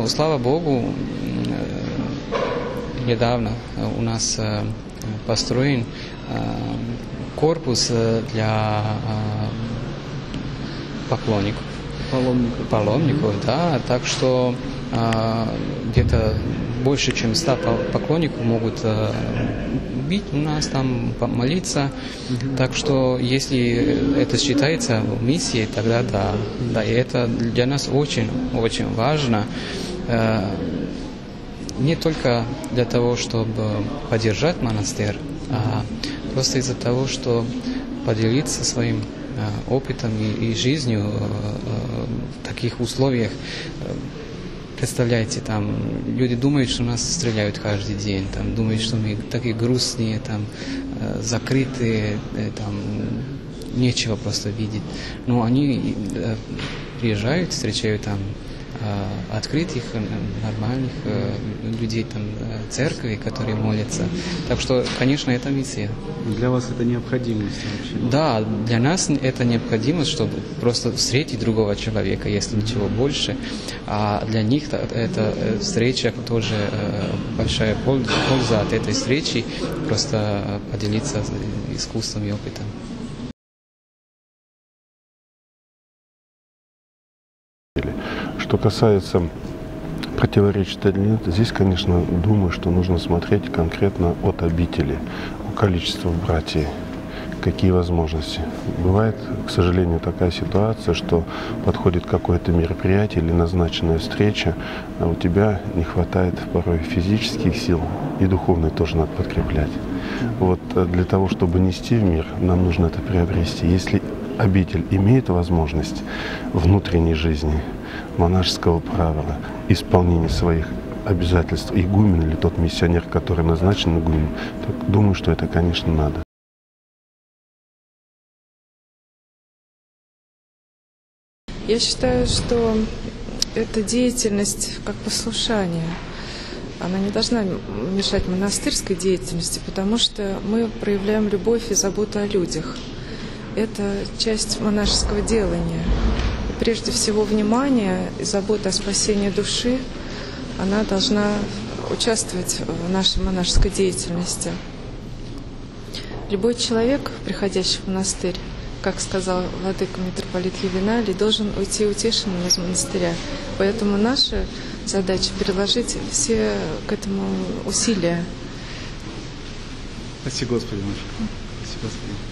Но, слава Богу, недавно у нас построен корпус для паломников, да, так что где-то больше, чем 100 поклонников могут бить у нас там, молиться. Так что, если это считается миссией, тогда да, и это для нас очень важно. Не только для того, чтобы поддержать монастырь, а просто из-за того, что поделиться своим опытом и жизнью в таких условиях. Представляете, там люди думают, что нас стреляют каждый день, там думают, что мы такие грустные, там закрытые, там нечего просто видеть. Но они приезжают, встречают там открытых, нормальных людей, там, церкви, которые молятся. Так что, конечно, это миссия. Для вас это необходимость вообще? Да, для нас это необходимость, чтобы просто встретить другого человека, если ничего больше. А для них эта встреча тоже большая польза от этой встречи, просто поделиться искусством и опытом. Что касается противоречит или нет, здесь, конечно, думаю, что нужно смотреть конкретно от обители, количества братьев, какие возможности. Бывает, к сожалению, такая ситуация, что подходит какое-то мероприятие или назначенная встреча, а у тебя не хватает порой физических сил, и духовной тоже надо подкреплять. Вот для того, чтобы нести в мир, нам нужно это приобрести. Если обитель имеет возможность внутренней жизни, монашеского правила, исполнения своих обязательств игумен или тот миссионер, который назначен игуменом, то думаю, что это, конечно, надо. Я считаю, что эта деятельность как послушание, она не должна мешать монастырской деятельности, потому что мы проявляем любовь и заботу о людях. Это часть монашеского делания. И прежде всего, внимание и забота о спасении души, она должна участвовать в нашей монашеской деятельности. Любой человек, приходящий в монастырь, как сказал владыка митрополит Ювеналий, должен уйти утешенным из монастыря. Поэтому наша задача — приложить все к этому усилия. Спасибо, Господи, Машка. Спасибо, Господи.